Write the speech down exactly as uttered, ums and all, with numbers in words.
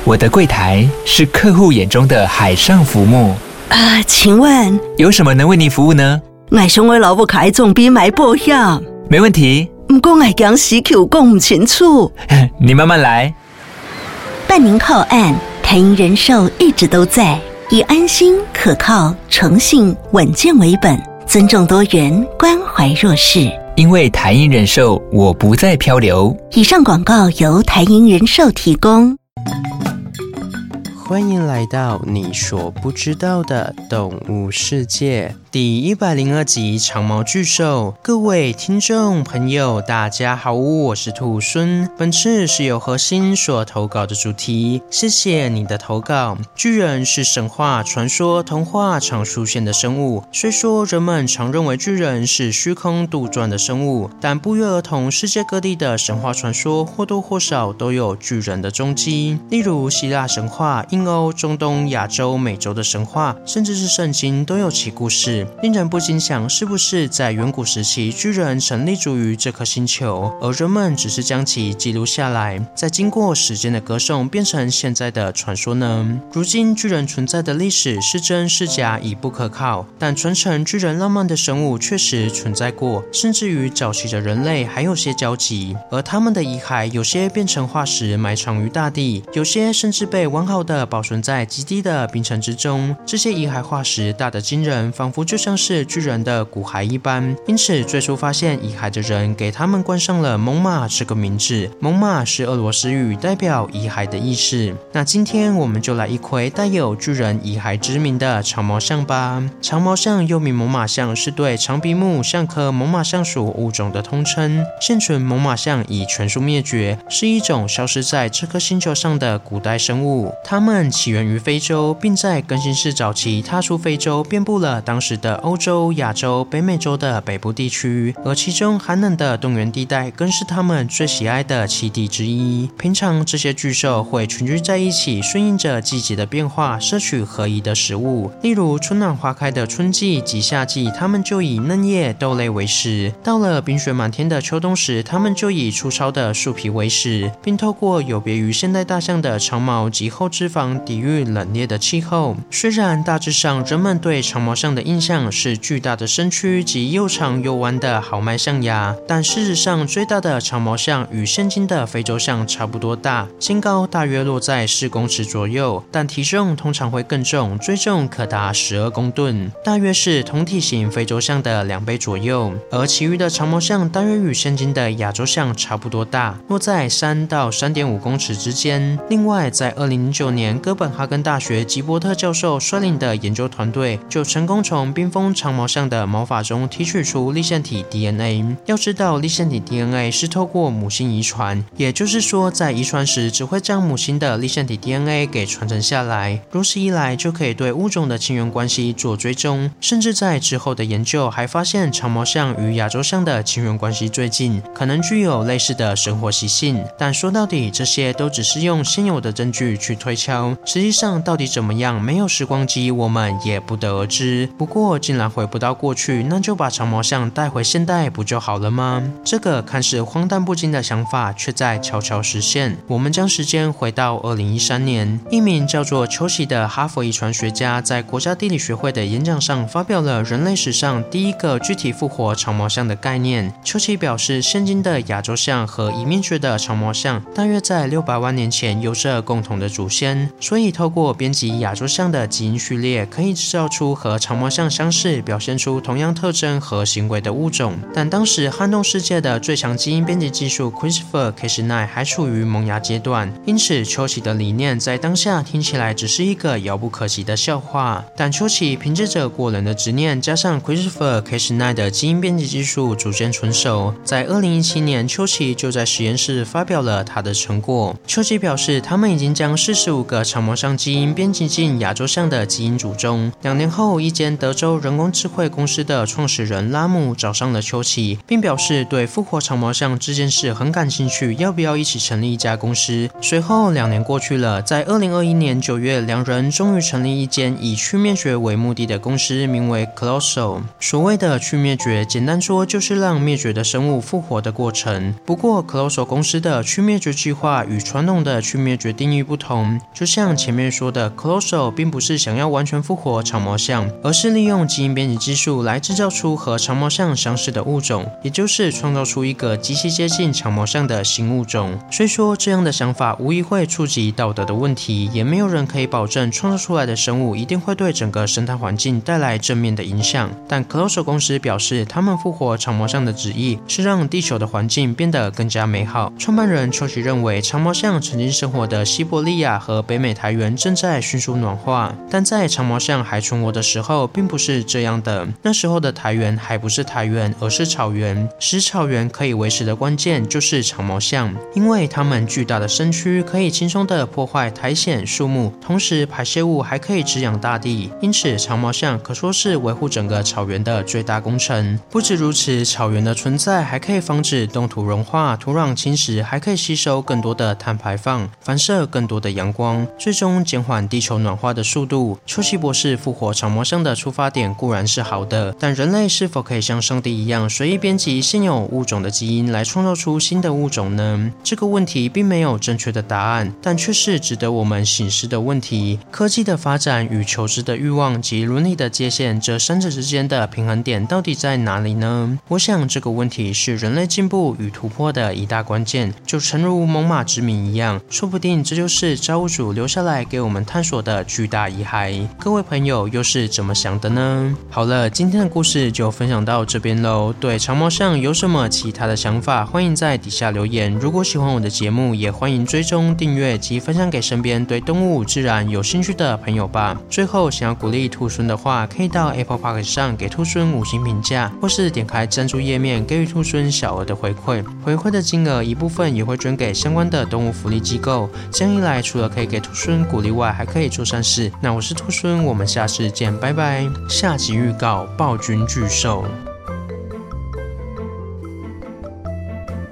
我的柜台是客户眼中的海上浮木啊，请问有什么能为您服务呢？ 我想我老母开总比买保险， 没问题。 不过我讲时口讲不清楚， 你慢慢来。 办您靠岸，台银人寿一直都在，以安心、可靠、诚信、稳健为本，尊重多元，关怀弱势。 因为台银人寿，我不再漂流。 以上广告由台银人寿提供。 欢迎来到你所不知道的动物世界第一百零二集长毛巨兽。各位听众朋友大家好，我是兔孙。本次是由何心所投稿的主题，谢谢你的投稿。巨人是神话、传说、童话常出现的生物，虽说人们常认为巨人是虚空杜撰的生物，但不约而同，世界各地的神话传说或多或少都有巨人的踪迹。例如希腊神话、印欧、中东、亚洲、美洲的神话，甚至是圣经都有其故事，令人不禁想，是不是在远古时期巨人曾立足于这颗星球，而人们只是将其记录下来，再经过时间的歌颂变成现在的传说呢？如今巨人存在的历史是真是假已不可靠，但传承巨人浪漫的生物确实存在过，甚至与早期的人类还有些交集，而他们的遗骸有些变成化石埋藏于大地，有些甚至被完好的保存在极低的冰层之中。这些遗骸化石大得惊人，仿佛就像是巨人的骨骸一般，因此最初发现遗骸的人给他们冠上了猛犸这个名字。猛犸是俄罗斯语，代表遗骸的意思。那今天我们就来一窥带有巨人遗骸之名的长毛象吧。长毛象又名猛犸象，是对长鼻目象科猛犸象属物种的通称。现存猛犸象已全数灭绝，是一种消失在这颗星球上的古代生物。它们起源于非洲，并在更新世早期踏出非洲，遍布了当时的欧洲、亚洲、北美洲的北部地区，而其中寒冷的冻原地带更是他们最喜爱的栖地之一。平常这些巨兽会群居在一起，顺应着季节的变化，摄取合宜的食物。例如春暖花开的春季及夏季，它们就以嫩叶、豆类为食；到了冰雪满天的秋冬时，它们就以粗糙的树皮为食，并透过有别于现代大象的长毛及厚脂肪抵御冷冽的气候。虽然大致上人们对长毛象的印象是巨大的身躯及又长又弯的豪迈象牙，但事实上最大的长毛象与现今的非洲象差不多大，身高大约落在四公尺左右，但体重通常会更重，最重可达十二公吨，大约是同体型非洲象的两倍左右。而其余的长毛象大约与现今的亚洲象差不多大，落在三到三点五公尺之间。另外，在二零零九年，哥本哈根大学吉伯特教授率领的研究团队就成功从冰封长毛象的毛发中提取出粒线体 D N A。 要知道，粒线体 D N A 是透过母星遗传，也就是说在遗传时只会将母星的粒线体 D N A 给传承下来，如此一来就可以对物种的亲缘关系做追踪，甚至在之后的研究还发现长毛象与亚洲象的亲缘关系最近，可能具有类似的生活习性。但说到底，这些都只是用现有的证据去推敲，实际上到底怎么样，没有时光机我们也不得而知。不过既然回不到过去，那就把长毛象带回现代不就好了吗？这个看似荒诞不经的想法却在悄悄实现。我们将时间回到二零一三年，一名叫做丘奇的哈佛遗传学家在国家地理学会的演讲上发表了人类史上第一个具体复活长毛象的概念。丘奇表示，现今的亚洲象和已灭绝的长毛象大约在六百万年前有着共同的祖先，所以透过编辑亚洲象的基因序列，可以制造出和长毛象相似、表现出同样特征和行为的物种。但当时撼动世界的最强基因编辑技术 CRISPR Cas 九 还处于萌芽阶段，因此丘奇的理念在当下听起来只是一个遥不可及的笑话。但丘奇凭借着过人的执念，加上 CRISPR Cas 九 的基因编辑技术逐渐成熟，在二零一七年，丘奇就在实验室发表了他的成果。丘奇表示，他们已经将四十五个长毛象基因编辑进亚洲象的基因组中。两年后，一间德州洲人工智慧公司的创始人拉姆找上了丘奇，并表示对复活长毛象这件事很感兴趣，要不要一起成立一家公司。随后两年过去了，在二零二一年九月，两人终于成立一间以去灭绝为目的的公司，名为 Colossal。 所谓的去灭绝，简单说就是让灭绝的生物复活的过程。不过 Colossal 公司的去灭绝计划与传统的去灭绝定义不同，就像前面说的， Colossal 并不是想要完全复活长毛象，而是利用基因编辑技术来制造出和长毛象相似的物种，也就是创造出一个极其接近长毛象的新物种。虽说这样的想法无疑会触及道德的问题，也没有人可以保证创造出来的生物一定会对整个生态环境带来正面的影响。但 Colossal 公司表示，他们复活长毛象的旨意是让地球的环境变得更加美好。创办人丘奇认为，长毛象曾经生活的西伯利亚和北美台原正在迅速暖化，但在长毛象还存活的时候并不是这样的。那时候的台原还不是台原，而是草原。使草原可以维持的关键就是长毛象，因为它们巨大的身躯可以轻松地破坏苔藓、树木，同时排泄物还可以滋养大地，因此长毛象可说是维护整个草原的最大功臣。不止如此，草原的存在还可以防止冻土融化、土壤侵蚀，还可以吸收更多的碳排放，反射更多的阳光，最终减缓地球暖化的速度。丘奇博士复活长毛象的出发点固然是好的，但人类是否可以像上帝一样随意编辑现有物种的基因来创造出新的物种呢？这个问题并没有正确的答案，但却是值得我们省思的问题。科技的发展与求知的欲望及伦理的界限，这三者之间的平衡点到底在哪里呢？我想这个问题是人类进步与突破的一大关键，就诚如猛犸之谜一样，说不定这就是造物主留下来给我们探索的巨大遗骸。各位朋友又是怎么想的呢？好了，今天的故事就分享到这边咯。对长毛象有什么其他的想法，欢迎在底下留言。如果喜欢我的节目，也欢迎追踪、订阅及分享给身边对动物、自然有兴趣的朋友吧。最后，想要鼓励兔孙的话，可以到 Apple Podcast 上给兔孙五星评价，或是点开赞助页面给予兔孙小额的回馈。回馈的金额一部分也会捐给相关的动物福利机构。这样一来，除了可以给兔孙鼓励外，还可以做善事。那我是兔孙，我们下次见，拜拜。下集预告：暴君巨兽。